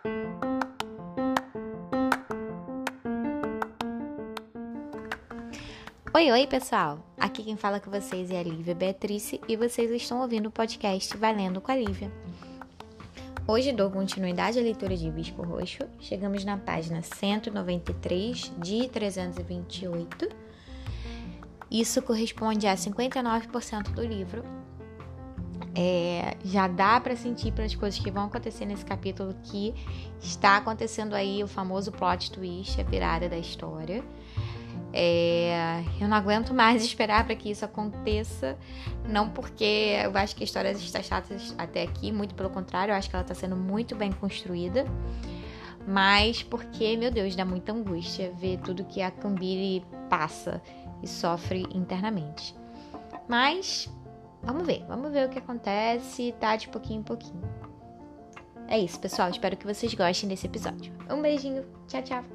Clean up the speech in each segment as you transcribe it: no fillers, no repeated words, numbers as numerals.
Oi, pessoal! Aqui quem fala com vocês é a Lívia Beatrice e vocês estão ouvindo o podcast Valendo com a Lívia. Hoje dou continuidade à leitura de Bispo Roxo. Chegamos na página 193 de 328. Isso corresponde a 59% do livro. Já dá para sentir pelas coisas que vão acontecer nesse capítulo que está acontecendo aí o famoso plot twist, a virada da história. Eu não aguento mais esperar para que isso aconteça, não porque eu acho que a história está chata até aqui, muito pelo contrário, eu acho que ela está sendo muito bem construída, mas porque, meu Deus, dá muita angústia ver tudo que a Cambire passa e sofre internamente. Mas vamos ver o que acontece, tá? De pouquinho em pouquinho. É isso, pessoal, espero que vocês gostem desse episódio. Um beijinho, tchau!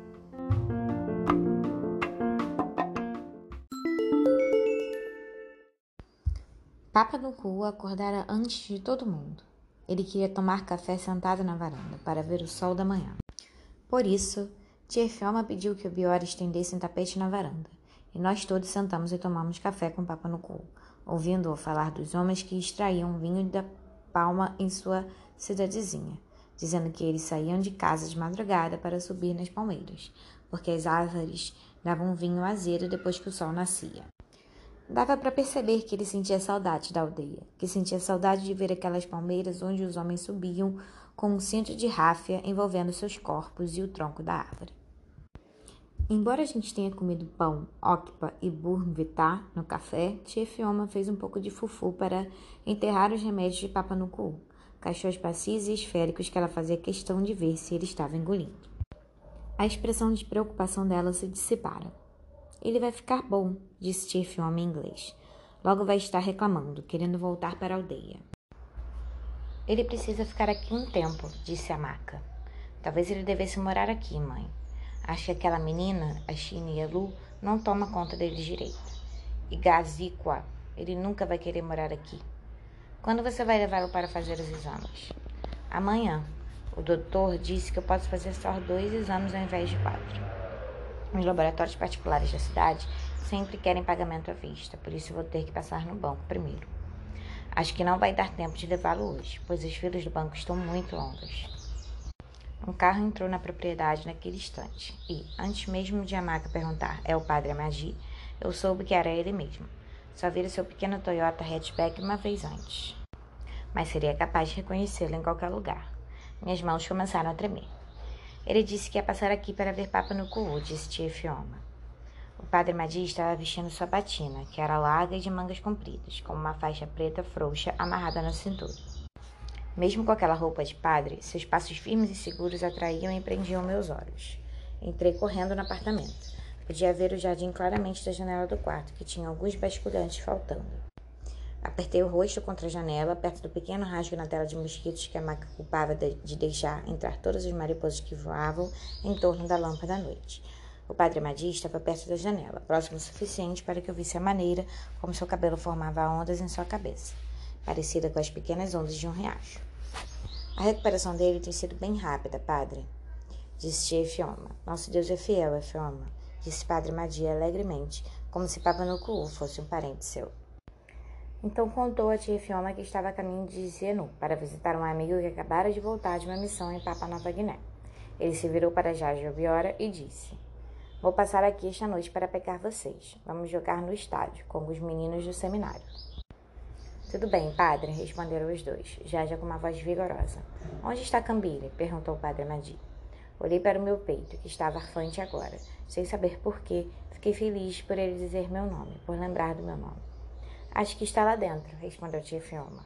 Papa no Cu acordara antes de todo mundo. Ele queria tomar café sentado na varanda, para ver o sol da manhã. Por isso, tia Fioma pediu que o Biora estendesse um tapete na varanda, e nós todos sentamos e tomamos café com Papa no Cu, ouvindo-o falar dos homens que extraíam vinho da palma em sua cidadezinha, dizendo que eles saíam de casa de madrugada para subir nas palmeiras, porque as árvores davam vinho azedo depois que o sol nascia. Dava para perceber que ele sentia saudade da aldeia, que sentia saudade de ver aquelas palmeiras onde os homens subiam com um cinto de ráfia envolvendo seus corpos e o tronco da árvore. Embora a gente tenha comido pão, okpa e bournvita no café, tia Fioma fez um pouco de fufu para enterrar os remédios de Papa no Cu, cachorros macios e esféricos que ela fazia questão de ver se ele estava engolindo. A expressão de preocupação dela se dissipara. Ele vai ficar bom, disse tia Fioma em inglês. Logo vai estar reclamando, querendo voltar para a aldeia. Ele precisa ficar aqui um tempo, disse a Maca. Talvez ele devesse morar aqui, mãe. Acho que aquela menina, a China e a Lu, não toma conta dele direito. E Gazikwa, ele nunca vai querer morar aqui. Quando você vai levá-lo para fazer os exames? Amanhã. O doutor disse que eu posso fazer só 2 exames ao invés de 4. Os laboratórios particulares da cidade sempre querem pagamento à vista, por isso vou ter que passar no banco primeiro. Acho que não vai dar tempo de levá-lo hoje, pois as filas do banco estão muito longas. Um carro entrou na propriedade naquele instante e, antes mesmo de a Maca perguntar, é o Padre Magi, eu soube que era ele mesmo. Só vira seu pequeno Toyota hatchback uma vez antes. Mas seria capaz de reconhecê-lo em qualquer lugar. Minhas mãos começaram a tremer. Ele disse que ia passar aqui para ver Papa no Cu, disse tia Fioma. O Padre Magi estava vestindo sua batina, que era larga e de mangas compridas, com uma faixa preta frouxa amarrada na cintura. Mesmo com aquela roupa de padre, seus passos firmes e seguros atraíam e prendiam meus olhos. Entrei correndo no apartamento. Podia ver o jardim claramente da janela do quarto, que tinha alguns basculhantes faltando. Apertei o rosto contra a janela, perto do pequeno rasgo na tela de mosquitos que a Maca culpava de deixar entrar todas as mariposas que voavam em torno da lâmpada à noite. O Padre Magi estava perto da janela, próximo o suficiente para que eu visse a maneira como seu cabelo formava ondas em sua cabeça, parecida com as pequenas ondas de um riacho. A recuperação dele tem sido bem rápida, padre, disse tia Fioma. Nosso Deus é fiel, Fioma, disse Padre Magi alegremente, como se Papa no Cu fosse um parente seu. Então contou a tia Fioma que estava a caminho de Zenu para visitar um amigo que acabara de voltar de uma missão em Papua Nova Guiné. Ele se virou para Jaja Biora e disse: Vou passar aqui esta noite para pegar vocês. Vamos jogar no estádio, com os meninos do seminário. Tudo bem, padre, responderam os dois, Jaja com uma voz vigorosa. Onde está Cambire? Perguntou o padre Magi. Olhei para o meu peito, que estava arfante agora. Sem saber porquê, fiquei feliz por ele dizer meu nome, por lembrar do meu nome. Acho que está lá dentro, respondeu tia Fioma.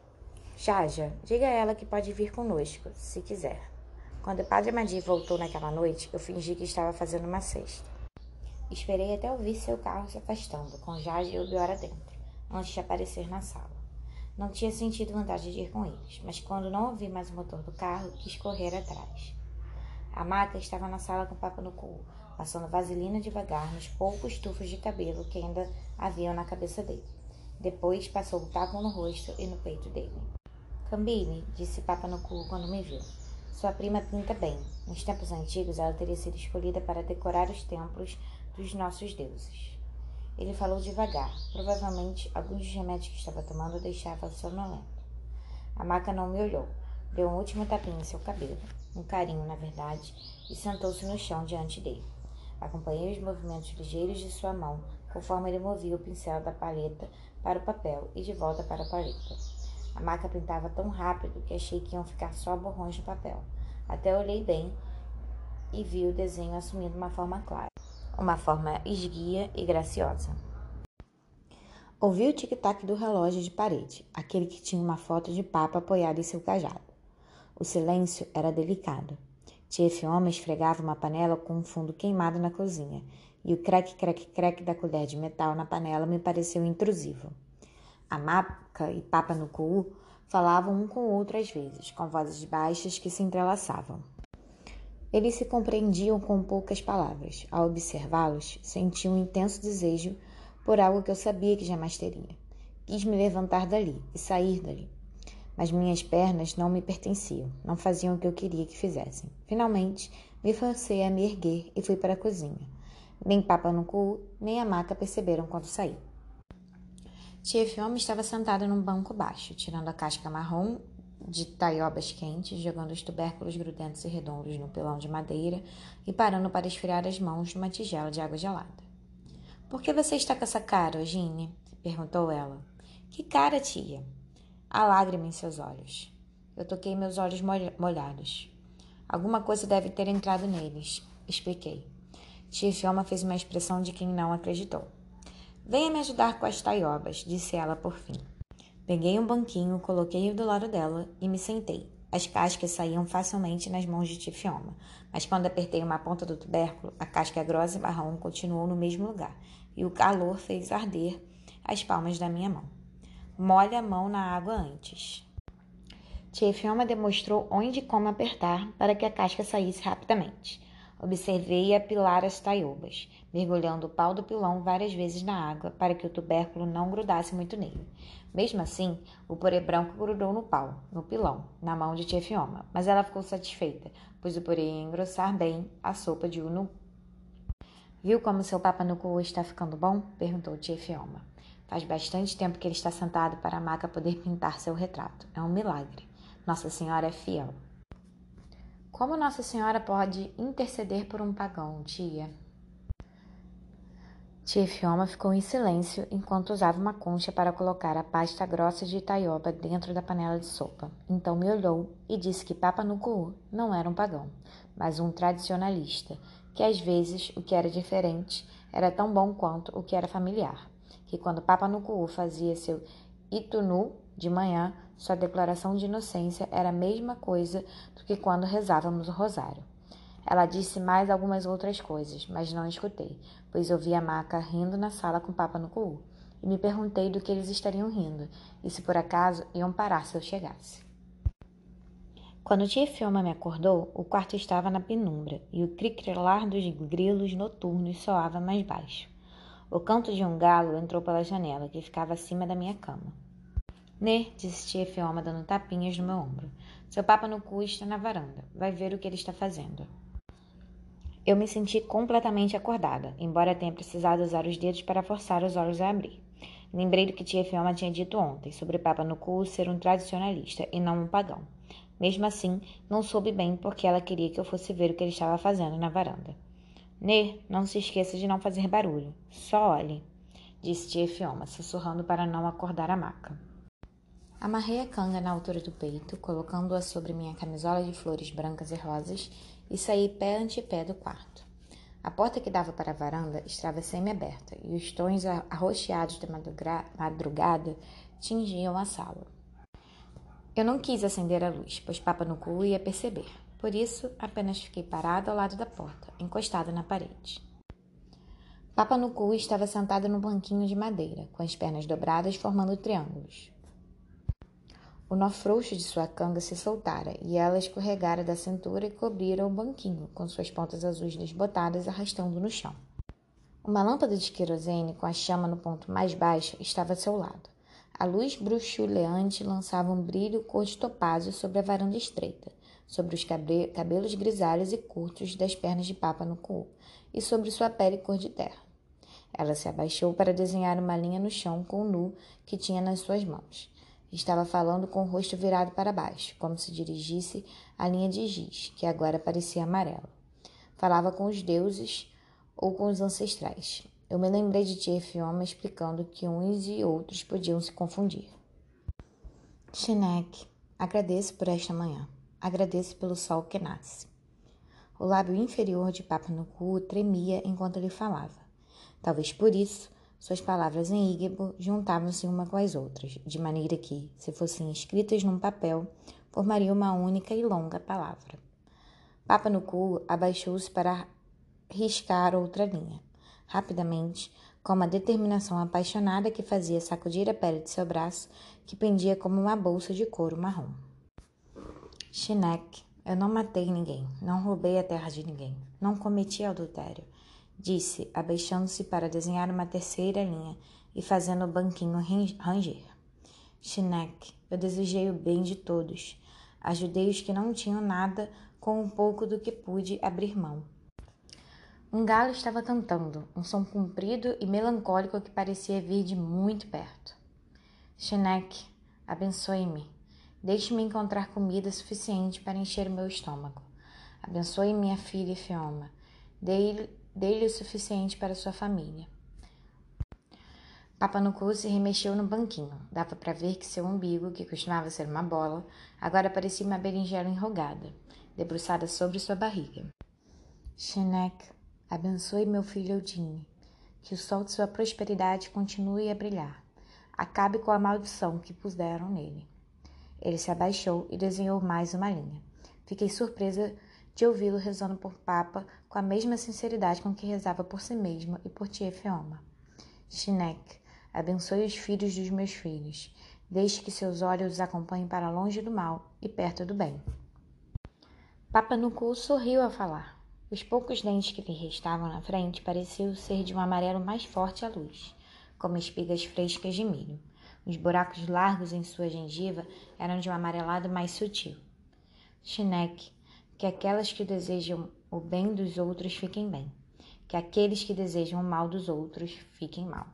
Jaja, diga a ela que pode vir conosco, se quiser. Quando o Padre Magi voltou naquela noite, eu fingi que estava fazendo uma cesta. Esperei até ouvir seu carro se afastando, com Jaja e o Biora dentro, antes de aparecer na sala. Não tinha sentido vontade de ir com eles, mas quando não ouvi mais o motor do carro, quis correr atrás. A Maca estava na sala com o Papa no Cu, passando vaselina devagar nos poucos tufos de cabelo que ainda haviam na cabeça dele. Depois passou o taco no rosto e no peito dele. Cambine, disse Papa no Cu quando me viu. Sua prima pinta bem. Nos tempos antigos, ela teria sido escolhida para decorar os templos dos nossos deuses. Ele falou devagar. Provavelmente, alguns dos remédios que estava tomando deixava sonolento. A maca não me olhou. Deu um último tapinha em seu cabelo, um carinho, na verdade, e sentou-se no chão diante dele. Acompanhei os movimentos ligeiros de sua mão, conforme ele movia o pincel da paleta para o papel e de volta para a paleta. A maca pintava tão rápido que achei que iam ficar só borrões no papel. Até olhei bem e vi o desenho assumindo uma forma clara, uma forma esguia e graciosa. Ouvi o tic-tac do relógio de parede, aquele que tinha uma foto de Papa apoiada em seu cajado. O silêncio era delicado. Tia Fioma esfregava uma panela com um fundo queimado na cozinha, e o crack da colher de metal na panela me pareceu intrusivo. A maca e Papa no Cuu falavam um com o outro às vezes, com vozes baixas que se entrelaçavam. Eles se compreendiam com poucas palavras. Ao observá-los, senti um intenso desejo por algo que eu sabia que jamais teria. Quis me levantar dali e sair dali. Mas minhas pernas não me pertenciam, não faziam o que eu queria que fizessem. Finalmente, me forcei a me erguer e fui para a cozinha. Nem Papa no Cuu, nem a maca perceberam quando saí. Tia Fioma estava sentada num banco baixo, tirando a casca marrom de taiobas quentes, jogando os tubérculos grudentos e redondos no pilão de madeira e parando para esfriar as mãos numa tigela de água gelada. — Por que você está com essa cara, Eugênia? Perguntou ela. — Que cara, tia? Há lágrima em seus olhos. Eu toquei meus olhos molhados. Alguma coisa deve ter entrado neles, expliquei. Tia Fioma fez uma expressão de quem não acreditou. Venha me ajudar com as taiobas, disse ela por fim. Peguei um banquinho, coloquei-o do lado dela e me sentei. As cascas saíam facilmente nas mãos de Tia Fioma, mas quando apertei uma ponta do tubérculo, a casca grossa e marrom continuou no mesmo lugar, e o calor fez arder as palmas da minha mão. Molhe a mão na água antes. Tia Fioma demonstrou onde e como apertar para que a casca saísse rapidamente. Observei-a pilar as taiobas, mergulhando o pau do pilão várias vezes na água para que o tubérculo não grudasse muito nele. Mesmo assim, o purê branco grudou no pau, no pilão, na mão de Tia Fioma, mas ela ficou satisfeita, pois o purê ia engrossar bem a sopa de unu. Viu como seu Papa no Cuu está ficando bom? Perguntou Tia Fioma. Faz bastante tempo que ele está sentado para a maca poder pintar seu retrato. É um milagre. Nossa Senhora é fiel. Como Nossa Senhora pode interceder por um pagão, tia? Tia Fioma ficou em silêncio enquanto usava uma concha para colocar a pasta grossa de taioba dentro da panela de sopa. Então me olhou e disse que Papa no Cuu não era um pagão, mas um tradicionalista, que às vezes o que era diferente era tão bom quanto o que era familiar. Que quando Papa no Cuu fazia seu itunu de manhã, sua declaração de inocência era a mesma coisa do que quando rezávamos o rosário. Ela disse mais algumas outras coisas, mas não escutei, pois ouvi a maca rindo na sala com Papa no Cuu, e me perguntei do que eles estariam rindo, e se por acaso iam parar se eu chegasse. Quando Tia Fioma me acordou, o quarto estava na penumbra, e o cricrelar dos grilos noturnos soava mais baixo. O canto de um galo entrou pela janela, que ficava acima da minha cama. Né, disse Tia Fioma, dando tapinhas no meu ombro. Seu Papa no Cuu está na varanda. Vai ver o que ele está fazendo. Eu me senti completamente acordada, embora tenha precisado usar os dedos para forçar os olhos a abrir. Lembrei do que Tia Fioma tinha dito ontem, sobre Papa no Cuu ser um tradicionalista e não um pagão. Mesmo assim, não soube bem porque ela queria que eu fosse ver o que ele estava fazendo na varanda. Né, não se esqueça de não fazer barulho. Só olhe, disse Tia Fioma, sussurrando para não acordar a maca. Amarrei a canga na altura do peito, colocando-a sobre minha camisola de flores brancas e rosas e saí pé ante pé do quarto. A porta que dava para a varanda estava semi-aberta e os tons arroxeados da madrugada tingiam a sala. Eu não quis acender a luz, pois Papa no Cuu ia perceber. Por isso, apenas fiquei parada ao lado da porta, encostada na parede. Papa no Cuu estava sentado no banquinho de madeira, com as pernas dobradas formando triângulos. O nó frouxo de sua canga se soltara, e ela escorregara da cintura e cobrira o banquinho, com suas pontas azuis desbotadas arrastando no chão. Uma lâmpada de querosene com a chama no ponto mais baixo estava a seu lado. A luz bruxuleante lançava um brilho cor de topázio sobre a varanda estreita, sobre os cabelos grisalhos e curtos das pernas de Papa no Cu e sobre sua pele cor de terra. Ela se abaixou para desenhar uma linha no chão com o nu que tinha nas suas mãos. Estava falando com o rosto virado para baixo, como se dirigisse à linha de giz, que agora parecia amarela. Falava com os deuses ou com os ancestrais. Eu me lembrei de tia Fioma explicando que uns e outros podiam se confundir. Shinek, agradeço por esta manhã. Agradeço pelo sol que nasce. O lábio inferior de Papa no Cu tremia enquanto ele falava. Talvez por isso, suas palavras em Igbo juntavam-se uma com as outras, de maneira que, se fossem escritas num papel, formariam uma única e longa palavra. Papa no Cu abaixou-se para riscar outra linha. Rapidamente, com uma determinação apaixonada que fazia sacudir a pele de seu braço, que pendia como uma bolsa de couro marrom. Shinek, eu não matei ninguém, não roubei a terra de ninguém, não cometi adultério, disse, abaixando-se para desenhar uma terceira linha e fazendo o banquinho ranger. Shinek, eu desejei o bem de todos. Ajudei os que não tinham nada com um pouco do que pude abrir mão. Um galo estava cantando, um som comprido e melancólico que parecia vir de muito perto. Shinek, abençoe-me. Deixe-me encontrar comida suficiente para encher o meu estômago. Abençoe minha filha Fioma. Dê-lhe o suficiente para sua família. Papa no Cu se remexeu no banquinho. Dava para ver que seu umbigo, que costumava ser uma bola, agora parecia uma berinjela enrugada, debruçada sobre sua barriga. Shinek, abençoe meu filho Eudine. Que o sol de sua prosperidade continue a brilhar. Acabe com a maldição que puseram nele. Ele se abaixou e desenhou mais uma linha. Fiquei surpresa de ouvi-lo rezando por Papa com a mesma sinceridade com que rezava por si mesmo e por tia Fioma. Shinek, abençoe os filhos dos meus filhos. Deixe que seus olhos os acompanhem para longe do mal e perto do bem. Papa no Cu sorriu ao falar. Os poucos dentes que lhe restavam na frente pareciam ser de um amarelo mais forte à luz, como espigas frescas de milho. Os buracos largos em sua gengiva eram de um amarelado mais sutil. Shinek, que aquelas que desejam o bem dos outros fiquem bem, que aqueles que desejam o mal dos outros fiquem mal.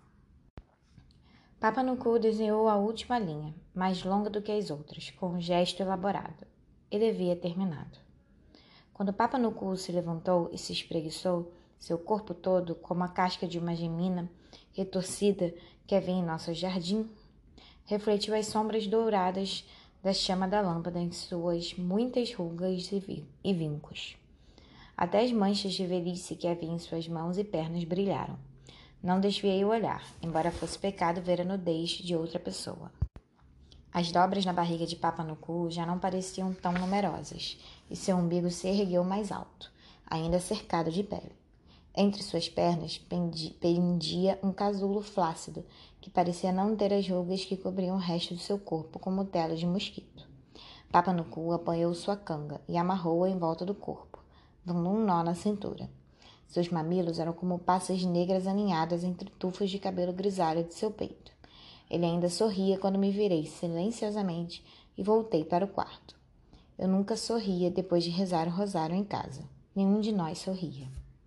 Papa no Cu desenhou a última linha, mais longa do que as outras, com um gesto elaborado. Ele havia terminado. Quando Papa no Cu se levantou e se espreguiçou, seu corpo todo, como a casca de uma gemina retorcida que havia em nosso jardim, refletiu as sombras douradas da chama da lâmpada em suas muitas rugas e vincos. Até as manchas de velhice que havia em suas mãos e pernas brilharam. Não desviei o olhar, embora fosse pecado ver a nudez de outra pessoa. As dobras na barriga de Papa no Cu já não pareciam tão numerosas, e seu umbigo se ergueu mais alto, ainda cercado de pele. Entre suas pernas pendia um casulo flácido, que parecia não ter as rugas que cobriam o resto do seu corpo como tela de mosquito. Papa no Cu apanhou sua canga e amarrou-a em volta do corpo, dando um nó na cintura. Seus mamilos eram como passas negras aninhadas entre tufos de cabelo grisalho de seu peito. Ele ainda sorria quando me virei silenciosamente e voltei para o quarto. Eu nunca sorria depois de rezar o rosário em casa. Nenhum de nós sorria.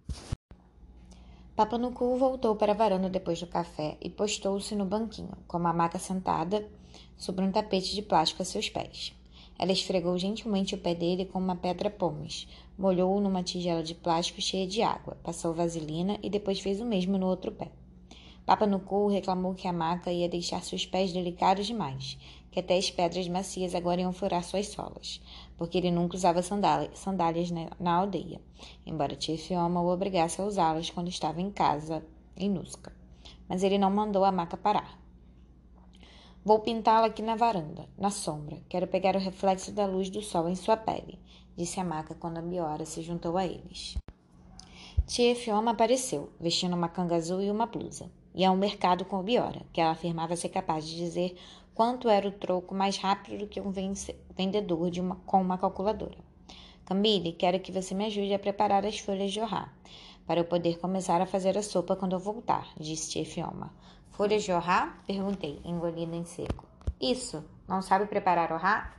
Papa no Cu voltou para a varanda depois do café e postou-se no banquinho, com uma maca sentada sobre um tapete de plástico a seus pés. Ela esfregou gentilmente o pé dele com uma pedra pomes, molhou-o numa tigela de plástico cheia de água, passou vaselina e depois fez o mesmo no outro pé. Papa no Cu reclamou que a maca ia deixar seus pés delicados demais, que até as pedras macias agora iam furar suas solas, porque ele nunca usava sandálias na aldeia, embora tia Fioma o obrigasse a usá-las quando estava em casa, em Nusca. Mas ele não mandou a maca parar. Vou pintá-la aqui na varanda, na sombra. Quero pegar o reflexo da luz do sol em sua pele, disse a maca quando a Biora se juntou a eles. Tia Fioma apareceu, vestindo uma canga azul e uma blusa. Ia ao mercado com a Biora, que ela afirmava ser capaz de dizer quanto era o troco mais rápido do que um vendedor com uma calculadora. Camille, quero que você me ajude a preparar as folhas de ohá, para eu poder começar a fazer a sopa quando eu voltar, disse tia Fioma. Folhas de ohá? Perguntei, engolindo em seco. Isso, não sabe preparar ohá?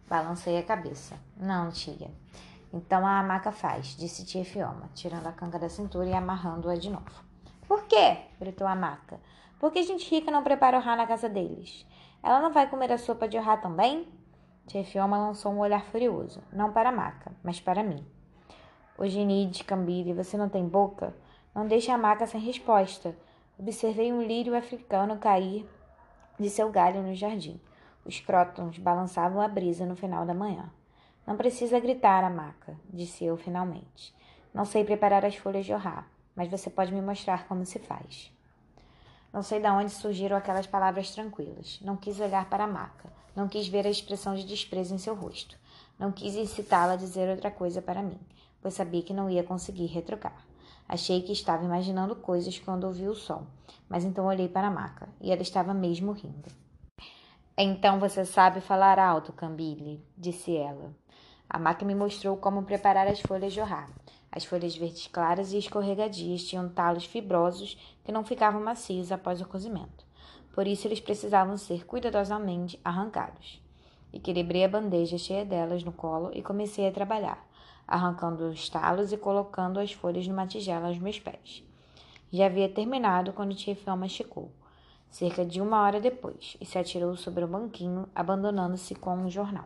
Balancei a cabeça. Não, tia. Então a Maca faz, disse tia Fioma, tirando a canga da cintura e amarrando-a de novo. Por quê? Gritou a Maca. Por que gente rica não prepara o rá na casa deles? Ela não vai comer a sopa de rá também? Tia Fioma lançou um olhar furioso, não para a Maca, mas para mim. Ogenide, Cambile, você não tem boca? Não deixe a Maca sem resposta. Observei um lírio africano cair de seu galho no jardim. Os crótons balançavam a brisa no final da manhã. Não precisa gritar, Maca, disse eu finalmente. Não sei preparar as folhas de orrá, mas você pode me mostrar como se faz. Não sei de onde surgiram aquelas palavras tranquilas. Não quis olhar para a Maca. Não quis ver a expressão de desprezo em seu rosto. Não quis incitá-la a dizer outra coisa para mim, pois sabia que não ia conseguir retrucar. Achei que estava imaginando coisas quando ouvi o som, mas então olhei para a Maca, e ela estava mesmo rindo. Então você sabe falar alto, Cambile, disse ela. A Maca me mostrou como preparar as folhas de orrá. As folhas verdes claras e escorregadias tinham talos fibrosos que não ficavam macios após o cozimento. Por isso eles precisavam ser cuidadosamente arrancados. Equilibrei a bandeja cheia delas no colo e comecei a trabalhar, arrancando os talos e colocando as folhas numa tigela aos meus pés. Já havia terminado quando tia Fioma chegou, cerca de 1 hora depois, e se atirou sobre o banquinho, abandonando-se com um jornal.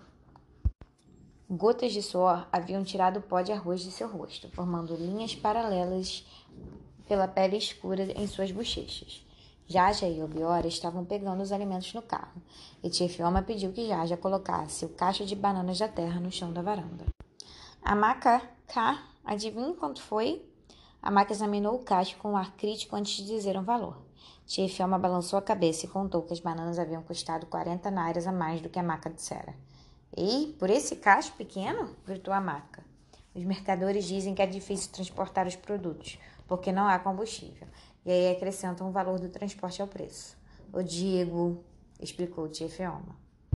Gotas de suor haviam tirado o pó de arroz de seu rosto, formando linhas paralelas pela pele escura em suas bochechas. Jaja e Obiora estavam pegando os alimentos no carro, e tia Fioma pediu que Jaja colocasse o cacho de bananas da terra no chão da varanda. A Maca, adivinhe quanto foi? A Maca examinou o cacho com um ar crítico antes de dizer um valor. Tia Fioma balançou a cabeça e contou que as bananas haviam custado 40 nairas a mais do que a Maca dissera. Ei, por esse cacho pequeno? Gritou a Maca. Os mercadores dizem que é difícil transportar os produtos, porque não há combustível, e aí acrescentam o valor do transporte ao preço. O Diego, explicou tia Fioma.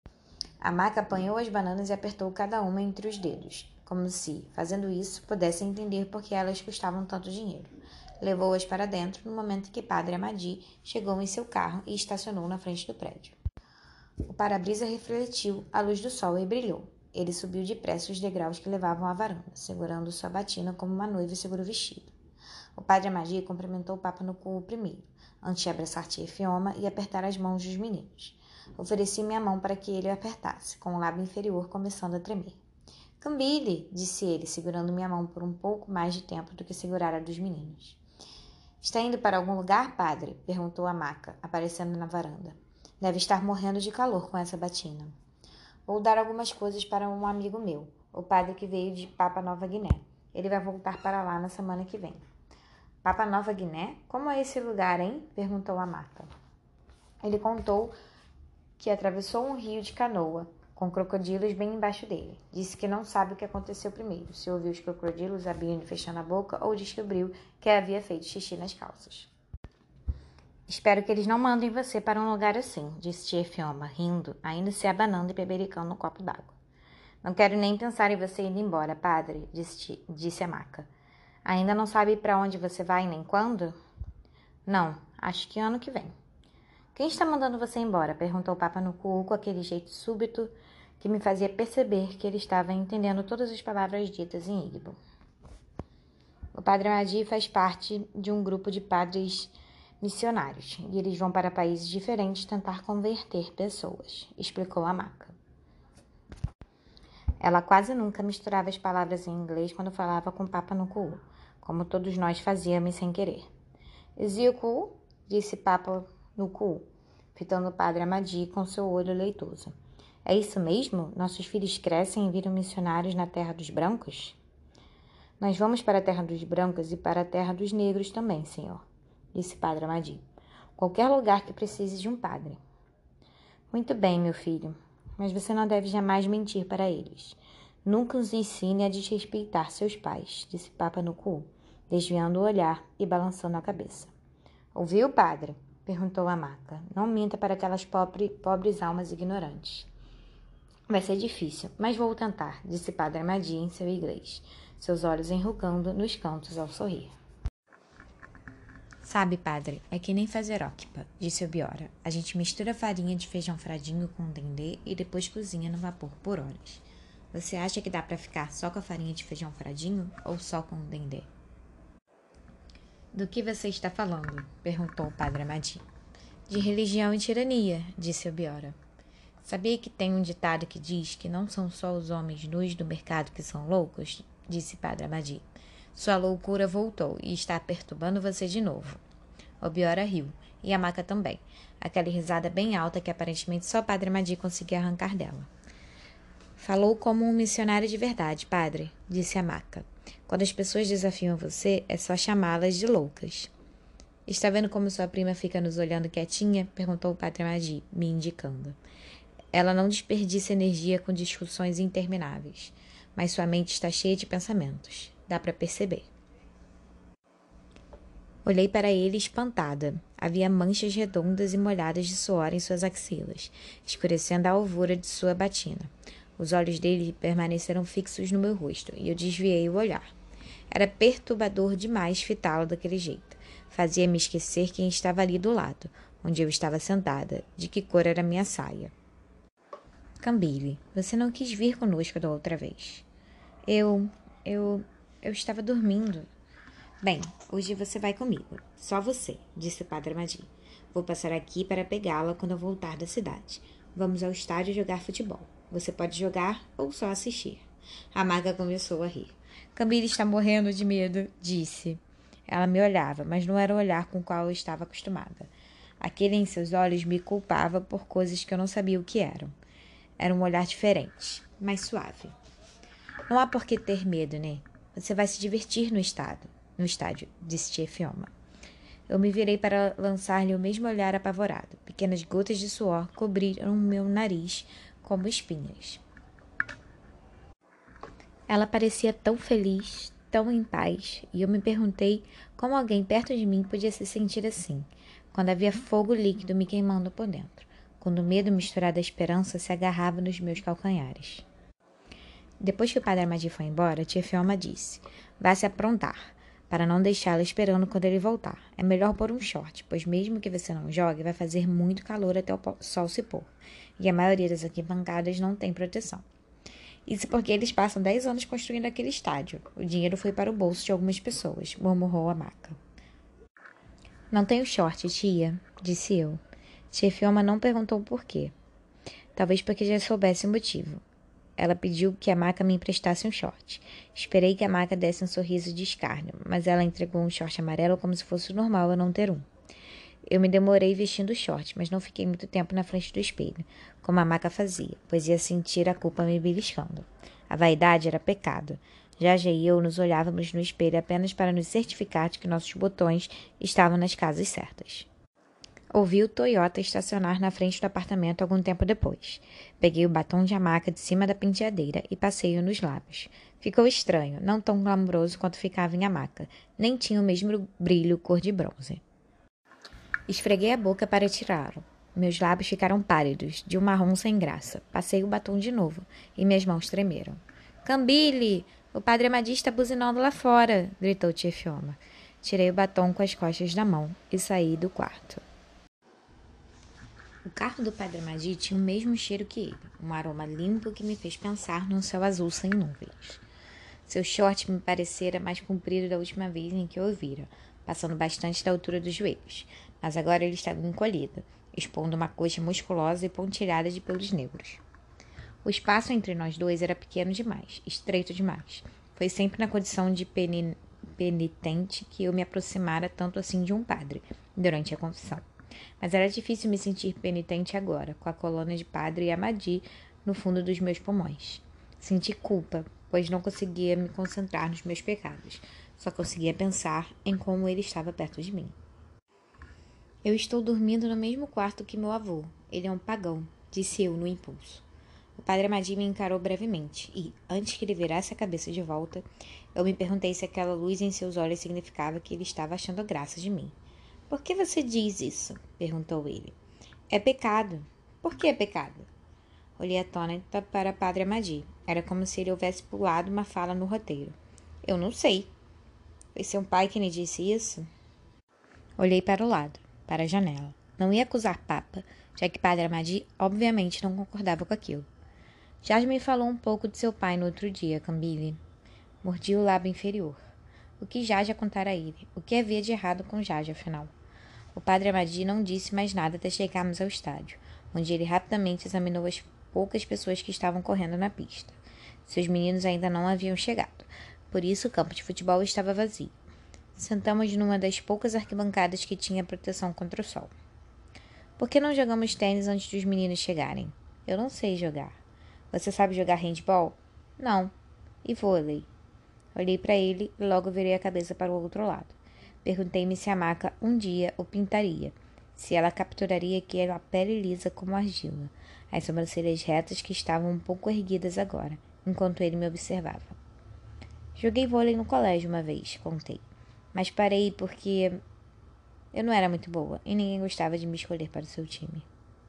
A Maca apanhou as bananas e apertou cada uma entre os dedos, como se, fazendo isso, pudesse entender por que elas custavam tanto dinheiro. Levou-as para dentro no momento em que Padre Amadi chegou em seu carro e estacionou na frente do prédio. O para-brisa refletiu a luz do sol e brilhou. Ele subiu depressa os degraus que levavam à varanda, segurando sua batina como uma noiva segura o vestido. O Padre Amadi cumprimentou o Papa no cu primeiro, antes de abraçar tia Fioma e apertar as mãos dos meninos. Ofereci minha mão para que ele a apertasse, com o lábio inferior começando a tremer. Cambile, disse ele, segurando minha mão por um pouco mais de tempo do que segurara a dos meninos. Está indo para algum lugar, padre? Perguntou a Maca, aparecendo na varanda. Deve estar morrendo de calor com essa batina. Vou dar algumas coisas para um amigo meu, o padre que veio de Papua Nova Guiné. Ele vai voltar para lá na semana que vem. Papua Nova Guiné? Como é esse lugar, hein? Perguntou a Maca. Ele contou que atravessou um rio de canoa, com crocodilos bem embaixo dele. Disse que não sabe o que aconteceu primeiro, se ouviu os crocodilos abrindo e fechando a boca ou descobriu que havia feito xixi nas calças. Espero que eles não mandem você para um lugar assim, disse tia Fioma, rindo, ainda se abanando e bebericando no copo d'água. Não quero nem pensar em você indo embora, padre, disse a Maca. Ainda não sabe para onde você vai nem quando? Não, acho que ano que vem. Quem está mandando você embora? Perguntou o Papa no cu com aquele jeito súbito que me fazia perceber que ele estava entendendo todas as palavras ditas em Igbo. O padre Amadi faz parte de um grupo de padres missionários, e eles vão para países diferentes tentar converter pessoas, explicou a Maca. Ela quase nunca misturava as palavras em inglês quando falava com o Papa no cu, como todos nós fazíamos sem querer. Zico, disse Papa no cu, fitando o padre Amadi com seu olho leitoso. É isso mesmo? Nossos filhos crescem e viram missionários na terra dos brancos? Nós vamos para a terra dos brancos e para a terra dos negros também, senhor, disse Padre Amadi. Qualquer lugar que precise de um padre. Muito bem, meu filho, mas você não deve jamais mentir para eles. Nunca os ensine a desrespeitar seus pais, disse Papa no cu, desviando o olhar e balançando a cabeça. Ouviu, padre? Perguntou a Maca. Não minta para aquelas pobres almas ignorantes. Vai ser difícil, mas vou tentar, disse Padre Amadi em seu inglês, seus olhos enrugando nos cantos ao sorrir. Sabe, padre, é que nem fazer okpa, disse Obiora. A gente mistura farinha de feijão fradinho com dendê e depois cozinha no vapor por horas. Você acha que dá pra ficar só com a farinha de feijão fradinho ou só com o dendê? Do que você está falando? Perguntou o padre Amadi. De religião e tirania, disse Obiora. Sabia que tem um ditado que diz que não são só os homens nus do mercado que são loucos? Disse padre Amadi. Sua loucura voltou e está perturbando você de novo. Obiora riu, e a Maca também. Aquela risada bem alta que aparentemente só padre Amadi conseguia arrancar dela. Falou como um missionário de verdade, padre, disse a Maca. Quando as pessoas desafiam você, é só chamá-las de loucas. Está vendo como sua prima fica nos olhando quietinha? Perguntou o padre Amadi, me indicando. Ela não desperdiça energia com discussões intermináveis, mas sua mente está cheia de pensamentos. Dá para perceber. Olhei para ele espantada. Havia manchas redondas e molhadas de suor em suas axilas, escurecendo a alvura de sua batina. Os olhos dele permaneceram fixos no meu rosto, e eu desviei o olhar. Era perturbador demais fitá-lo daquele jeito. Fazia-me esquecer quem estava ali do lado, onde eu estava sentada, de que cor era minha saia. Cambile, você não quis vir conosco da outra vez. Eu estava dormindo. Bem, hoje você vai comigo. Só você, disse o padre Amadi. Vou passar aqui para pegá-la quando eu voltar da cidade. Vamos ao estádio jogar futebol. Você pode jogar ou só assistir. A maga começou a rir. Cambile está morrendo de medo, disse. Ela me olhava, mas não era o olhar com o qual eu estava acostumada. Aquele em seus olhos me culpava por coisas que eu não sabia o que eram. Era um olhar diferente, mais suave. Não há por que ter medo, né? Você vai se divertir no estádio, disse tia Fioma. Eu me virei para lançar-lhe o mesmo olhar apavorado. Pequenas gotas de suor cobriram meu nariz como espinhas. Ela parecia tão feliz, tão em paz, e eu me perguntei como alguém perto de mim podia se sentir assim, quando havia fogo líquido me queimando por dentro, quando o medo misturado à esperança se agarrava nos meus calcanhares. Depois que o padre Amadi foi embora, tia Fioma disse, vá se aprontar, para não deixá-la esperando quando ele voltar. É melhor pôr um short, pois mesmo que você não jogue, vai fazer muito calor até o sol se pôr, e a maioria das arquibancadas não tem proteção. Isso porque eles passam 10 anos construindo aquele estádio. O dinheiro foi para o bolso de algumas pessoas, murmurou a Maca. Não tenho short, tia, disse eu. Tia Fioma não perguntou por quê. Talvez porque já soubesse o motivo. Ela pediu que a Maca me emprestasse um short. Esperei que a Maca desse um sorriso de escárnio, mas ela entregou um short amarelo como se fosse normal eu não ter um. Eu me demorei vestindo o short, mas não fiquei muito tempo na frente do espelho, como a Maca fazia, pois ia sentir a culpa me beliscando. A vaidade era pecado. Jaja e eu nos olhávamos no espelho apenas para nos certificar de que nossos botões estavam nas casas certas. Ouvi o Toyota estacionar na frente do apartamento algum tempo depois. Peguei o batom de Maca de cima da penteadeira e passei-o nos lábios. Ficou estranho, não tão glamouroso quanto ficava em Maca, nem tinha o mesmo brilho cor de bronze. Esfreguei a boca para tirá-lo. Meus lábios ficaram pálidos, de um marrom sem graça. Passei o batom de novo, e minhas mãos tremeram. Cambile! O padre Amadi está buzinando lá fora! Gritou tia Fioma. Tirei o batom com as costas da mão e saí do quarto. O carro do padre Amadi tinha o mesmo cheiro que ele, um aroma limpo que me fez pensar num céu azul sem nuvens. Seu short me parecera mais comprido da última vez em que eu o vira, passando bastante da altura dos joelhos, mas agora ele estava encolhido, expondo uma coxa musculosa e pontilhada de pelos negros. O espaço entre nós dois era pequeno demais, estreito demais. Foi sempre na condição de penitente que eu me aproximara tanto assim de um padre, durante a confissão. Mas era difícil me sentir penitente agora, com a colônia de padre e Amadi no fundo dos meus pulmões. Senti culpa, pois não conseguia me concentrar nos meus pecados. Só conseguia pensar em como ele estava perto de mim. Eu estou dormindo no mesmo quarto que meu avô. Ele é um pagão, disse eu no impulso. O padre Amadi me encarou brevemente e, antes que ele virasse a cabeça de volta, eu me perguntei se aquela luz em seus olhos significava que ele estava achando graça de mim. Por que você diz isso? Perguntou ele. É pecado. Por que é pecado? Olhei atônita para padre Amadi. Era como se ele houvesse pulado uma fala no roteiro. Eu não sei. Foi seu pai que me disse isso? Olhei para o lado, para a janela. Não ia acusar Papa, já que Padre Amadi obviamente não concordava com aquilo. Jorge me falou um pouco de seu pai no outro dia, Cambile. Mordi o lábio inferior. O que Jorge ia contar a ele? O que havia de errado com Jorge, afinal? O Padre Amadi não disse mais nada até chegarmos ao estádio, onde ele rapidamente examinou as poucas pessoas que estavam correndo na pista. Seus meninos ainda não haviam chegado, por isso o campo de futebol estava vazio. Sentamos numa das poucas arquibancadas que tinha proteção contra o sol. Por que não jogamos tênis antes dos meninos chegarem? Eu não sei jogar. Você sabe jogar handball? Não. E vôlei? Olhei para ele e logo virei a cabeça para o outro lado. Perguntei-me se a maca um dia o pintaria, se ela capturaria aquela pele lisa como argila, as sobrancelhas retas que estavam um pouco erguidas agora, enquanto ele me observava. Joguei vôlei no colégio uma vez, contei, mas parei porque eu não era muito boa e ninguém gostava de me escolher para o seu time.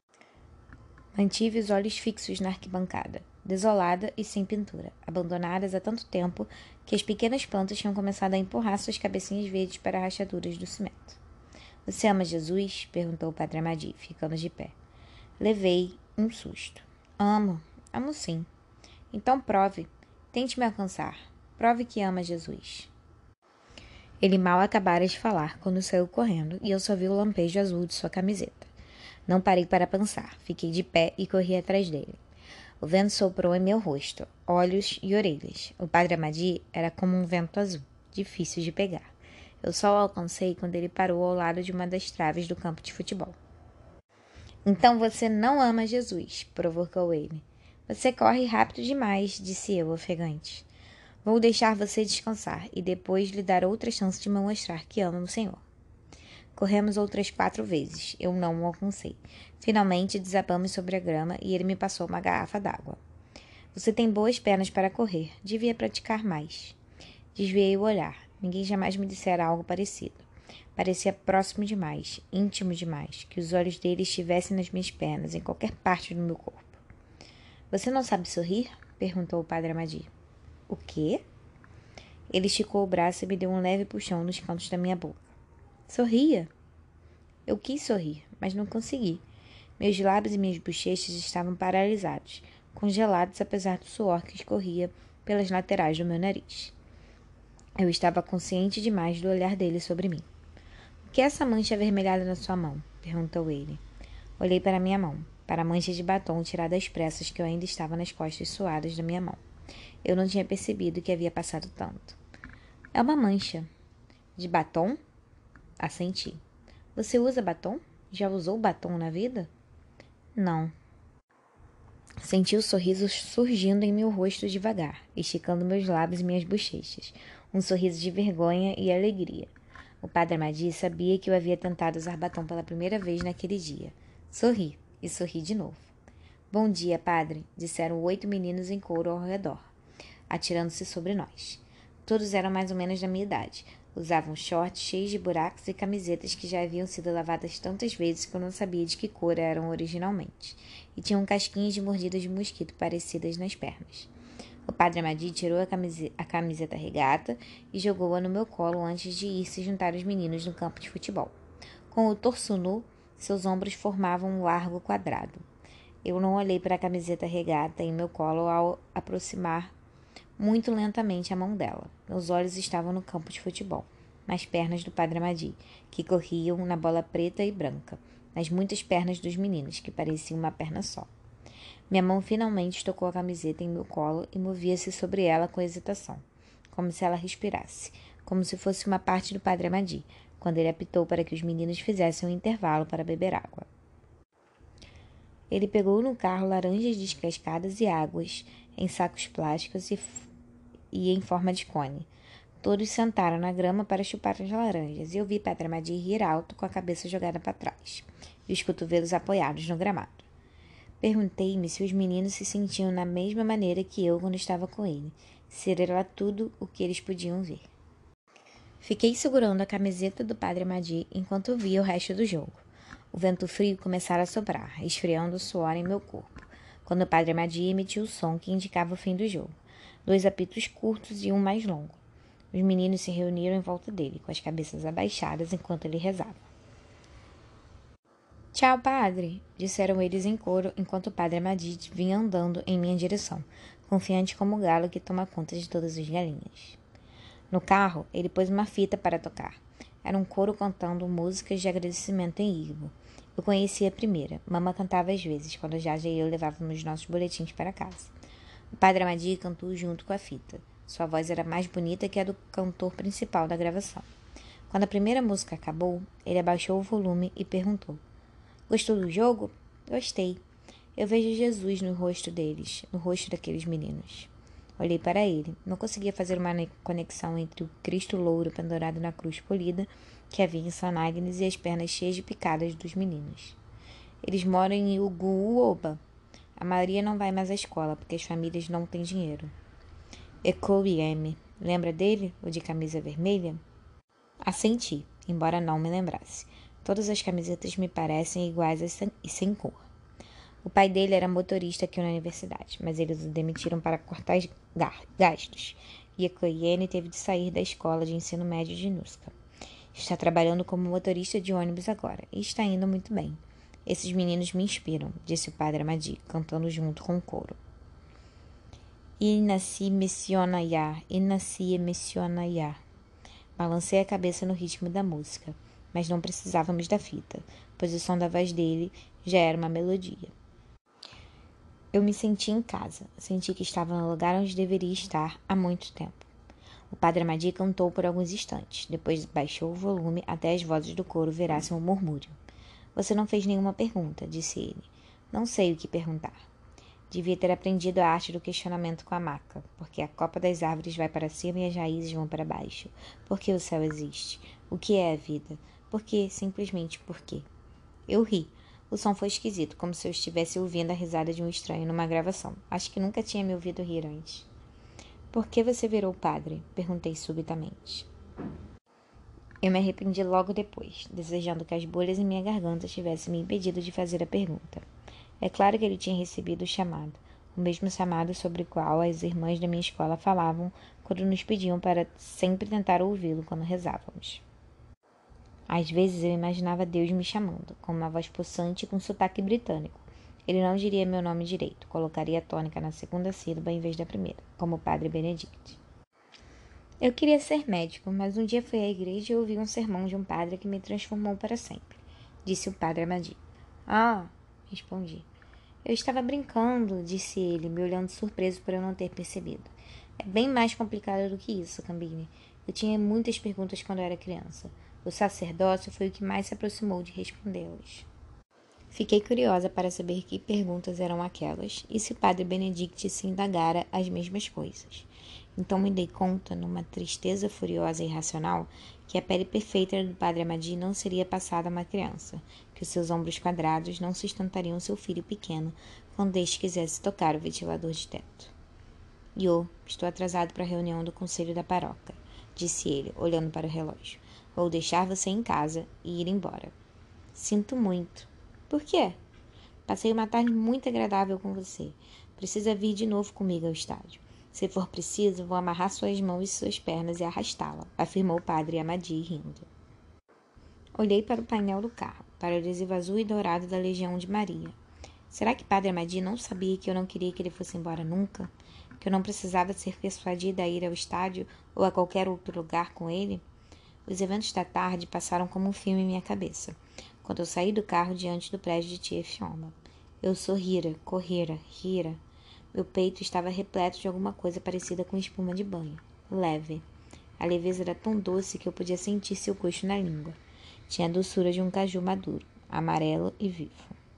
Mantive os olhos fixos na arquibancada, desolada e sem pintura, abandonadas há tanto tempo que as pequenas plantas tinham começado a empurrar suas cabecinhas verdes para as rachaduras do cimento. — Você ama Jesus? — perguntou o Padre Amadi, ficando de pé. Levei um susto. — Amo sim. Então prove. Tente me alcançar. Prove que ama Jesus. Ele mal acabara de falar quando saiu correndo e eu só vi o lampejo azul de sua camiseta. Não parei para pensar. Fiquei de pé e corri atrás dele. O vento soprou em meu rosto, olhos e orelhas. O Padre Amadi era como um vento azul, difícil de pegar. Eu só o alcancei quando ele parou ao lado de uma das traves do campo de futebol. — Então você não ama Jesus, provocou ele. — Você corre rápido demais, disse eu, ofegante. Vou deixar você descansar e depois lhe dar outra chance de me mostrar que ama o Senhor. Corremos outras 4 vezes. Eu não o alcancei. Finalmente desabamos sobre a grama e ele me passou uma garrafa d'água. Você tem boas pernas para correr. Devia praticar mais. Desviei o olhar. Ninguém jamais me dissera algo parecido. Parecia próximo demais, íntimo demais, que os olhos dele estivessem nas minhas pernas, em qualquer parte do meu corpo. Você não sabe sorrir? Perguntou o Padre Amadi. O quê? Ele esticou o braço e me deu um leve puxão nos cantos da minha boca. Sorria. Eu quis sorrir, mas não consegui. Meus lábios e minhas bochechas estavam paralisados, congelados apesar do suor que escorria pelas laterais do meu nariz. Eu estava consciente demais do olhar dele sobre mim. — O que é essa mancha avermelhada na sua mão? Perguntou ele. Olhei para minha mão, para a mancha de batom tirada às pressas que eu ainda estava nas costas suadas da minha mão. Eu não tinha percebido que havia passado tanto. — É uma mancha. — De batom? Assenti. — Você usa batom? Já usou batom na vida? — Não. Senti o sorriso surgindo em meu rosto devagar, esticando meus lábios e minhas bochechas. Um sorriso de vergonha e alegria. O Padre Amadi sabia que eu havia tentado usar batom pela primeira vez naquele dia. Sorri, e sorri de novo. — Bom dia, padre, disseram 8 meninos em coro ao redor, atirando-se sobre nós. Todos eram mais ou menos da minha idade. Usavam shorts cheios de buracos e camisetas que já haviam sido lavadas tantas vezes que eu não sabia de que cor eram originalmente, e tinham casquinhas de mordidas de mosquito parecidas nas pernas. O Padre Amadi tirou a camiseta regata e jogou-a no meu colo antes de ir se juntar aos meninos no campo de futebol. Com o torso nu, seus ombros formavam um largo quadrado. Eu não olhei para a camiseta regata em meu colo ao aproximar muito lentamente a mão dela. Meus olhos estavam no campo de futebol, nas pernas do Padre Amadi, que corriam na bola preta e branca, nas muitas pernas dos meninos, que pareciam uma perna só. Minha mão finalmente tocou a camiseta em meu colo e movia-se sobre ela com hesitação, como se ela respirasse, como se fosse uma parte do Padre Amadi, quando ele apitou para que os meninos fizessem um intervalo para beber água. Ele pegou no carro laranjas descascadas e águas em sacos plásticos e em forma de cone. Todos sentaram na grama para chupar as laranjas e eu vi Padre Amadi rir alto com a cabeça jogada para trás e os cotovelos apoiados no gramado. Perguntei-me se os meninos se sentiam da mesma maneira que eu quando estava com ele, se era tudo o que eles podiam ver. Fiquei segurando a camiseta do Padre Amadi enquanto via o resto do jogo. O vento frio começara a soprar, esfriando o suor em meu corpo, quando o Padre Amadi emitiu o som que indicava o fim do jogo. 2 apitos curtos e um mais longo. Os meninos se reuniram em volta dele, com as cabeças abaixadas enquanto ele rezava. Tchau, padre, disseram eles em coro enquanto o padre Amadit vinha andando em minha direção, confiante como o galo que toma conta de todas as galinhas. No carro, ele pôs uma fita para tocar. Era um coro cantando músicas de agradecimento em Igbo. Eu conhecia a primeira. Mama cantava às vezes, quando a Jaja e eu levávamos nossos boletins para casa. O padre Amadi cantou junto com a fita. Sua voz era mais bonita que a do cantor principal da gravação. Quando a primeira música acabou, ele abaixou o volume e perguntou: Gostou do jogo? Gostei. Eu vejo Jesus no rosto deles, no rosto daqueles meninos. Olhei para ele. Não conseguia fazer uma conexão entre o Cristo louro pendurado na cruz polida que havia em San Agnes e as pernas cheias de picadas dos meninos. Eles moram em Uguoba. A maioria não vai mais à escola porque as famílias não têm dinheiro. Ekoyeme. Lembra dele, o de camisa vermelha? Assenti, embora não me lembrasse. Todas as camisetas me parecem iguais e sem cor. O pai dele era motorista aqui na universidade, mas eles o demitiram para cortar gastos, e Ekoyene teve de sair da escola de ensino médio de Nuska. Está trabalhando como motorista de ônibus agora, e está indo muito bem. Esses meninos me inspiram, disse o padre Amadi, cantando junto com o coro. Inassi Messionaya, Inassi Messionaya. Balancei a cabeça no ritmo da música, mas não precisávamos da fita, pois o som da voz dele já era uma melodia. Eu me senti em casa, senti que estava no lugar onde deveria estar há muito tempo. O padre Amadi cantou por alguns instantes, depois baixou o volume até as vozes do coro virassem um murmúrio. Você não fez nenhuma pergunta, disse ele. Não sei o que perguntar. Devia ter aprendido a arte do questionamento com a maca, porque a copa das árvores vai para cima e as raízes vão para baixo. Por que o céu existe? O que é a vida? Por quê? Simplesmente por quê? Eu ri. O som foi esquisito, como se eu estivesse ouvindo a risada de um estranho numa gravação. Acho que nunca tinha me ouvido rir antes. Por que você virou padre? Perguntei subitamente. Eu me arrependi logo depois, desejando que as bolhas em minha garganta tivessem me impedido de fazer a pergunta. É claro que ele tinha recebido o mesmo chamado sobre o qual as irmãs da minha escola falavam quando nos pediam para sempre tentar ouvi-lo quando rezávamos. Às vezes eu imaginava Deus me chamando, com uma voz possante e com sotaque britânico. Ele não diria meu nome direito, colocaria a tônica na segunda sílaba em vez da primeira, como o padre Benedict. Eu queria ser médico, mas um dia fui à igreja e ouvi um sermão de um padre que me transformou para sempre, disse o padre Amadi. Ah, respondi. Eu estava brincando, disse ele, me olhando surpreso por eu não ter percebido. É bem mais complicado do que isso, Cambini. Eu tinha muitas perguntas quando eu era criança. O sacerdócio foi o que mais se aproximou de respondê-las. Fiquei curiosa para saber que perguntas eram aquelas e se o padre Benedict se indagara as mesmas coisas. Então me dei conta, numa tristeza furiosa e irracional, que a pele perfeita do padre Amadi não seria passada a uma criança, que os seus ombros quadrados não sustentariam seu filho pequeno quando este quisesse tocar o ventilador de teto. Estou atrasado para a reunião do conselho da paróquia, disse ele, olhando para o relógio. Vou deixar você em casa e ir embora. Sinto muito. Por quê? Passei uma tarde muito agradável com você. Precisa vir de novo comigo ao estádio. Se for preciso, vou amarrar suas mãos e suas pernas e arrastá-la, afirmou o padre Amadi, rindo. Olhei para o painel do carro, para o adesivo azul e dourado da Legião de Maria. Será que padre Amadi não sabia que eu não queria que ele fosse embora nunca? Que eu não precisava ser persuadida a ir ao estádio ou a qualquer outro lugar com ele? Os eventos da tarde passaram como um filme em minha cabeça, quando eu saí do carro diante do prédio de tia Fiona. Eu sorrira, correra, rira. Meu peito estava repleto de alguma coisa parecida com espuma de banho. Leve. A leveza era tão doce que eu podia sentir seu gosto na língua. Tinha a doçura de um caju maduro, amarelo e vivo.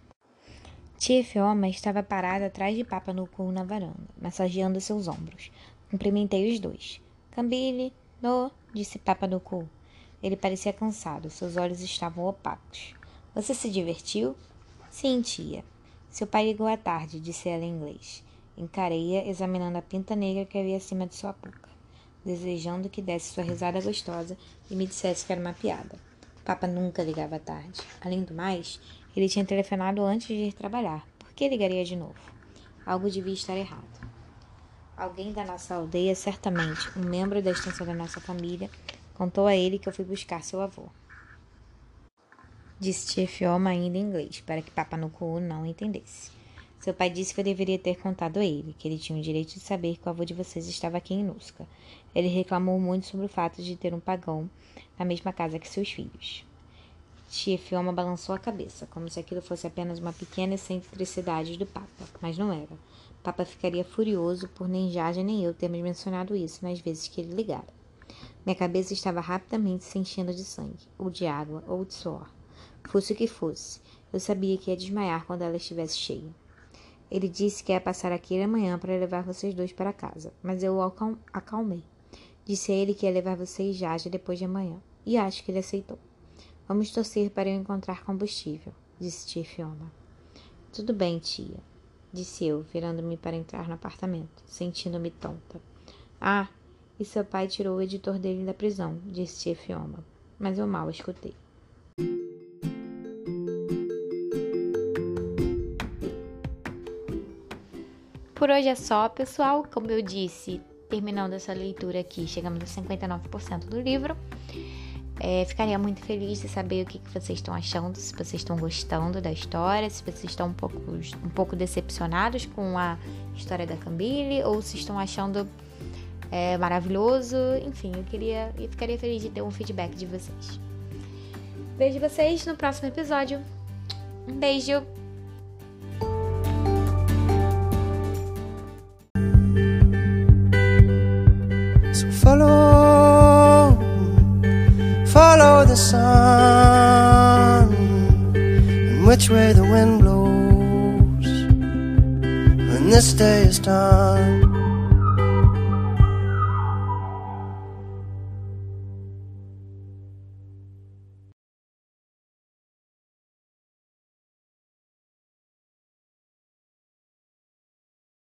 Tia Fiona estava parada atrás de Papa Nuku na varanda, massageando seus ombros. Cumprimentei os dois. Cambile, disse Papa Nuku. Ele parecia cansado, seus olhos estavam opacos. Você se divertiu? Sim, tia. Seu pai ligou à tarde, disse ela em inglês. Encarei-a, examinando a pinta negra que havia acima de sua boca, desejando que desse sua risada gostosa e me dissesse que era uma piada. O Papa nunca ligava à tarde. Além do mais, ele tinha telefonado antes de ir trabalhar. Por que ligaria de novo? Algo devia estar errado. Alguém da nossa aldeia, certamente, um membro da extensão da nossa família, contou a ele que eu fui buscar seu avô. Disse tia Fioma ainda em inglês, para que Papanuku não entendesse. Seu pai disse que eu deveria ter contado a ele, que ele tinha o direito de saber que o avô de vocês estava aqui em Nusca. Ele reclamou muito sobre o fato de ter um pagão na mesma casa que seus filhos. Tia Fioma balançou a cabeça, como se aquilo fosse apenas uma pequena excentricidade do Papa, mas não era. Papa ficaria furioso por nem Jaja nem eu termos mencionado isso nas vezes que ele ligara. Minha cabeça estava rapidamente se enchendo de sangue, ou de água, ou de suor. Fosse o que fosse, eu sabia que ia desmaiar quando ela estivesse cheia. Ele disse que ia passar aqui amanhã para levar vocês dois para casa, mas eu o acalmei. Disse a ele que ia levar você e Jaja depois de amanhã, e acho que ele aceitou. Vamos torcer para eu encontrar combustível, disse tia Fioma. Tudo bem, tia, disse eu, virando-me para entrar no apartamento, sentindo-me tonta. Ah, e seu pai tirou o editor dele da prisão, disse tia Fioma, mas eu mal escutei. Por hoje é só, pessoal. Como eu disse, terminando essa leitura aqui, chegamos a 59% do livro. Ficaria muito feliz de saber o que vocês estão achando, se vocês estão gostando da história, se vocês estão um pouco decepcionados com a história da Cambile, ou se estão achando maravilhoso. Enfim, eu ficaria feliz de ter um feedback de vocês. Vejo vocês no próximo episódio. Um beijo! Follow the sun and which way the wind blows when this day is done.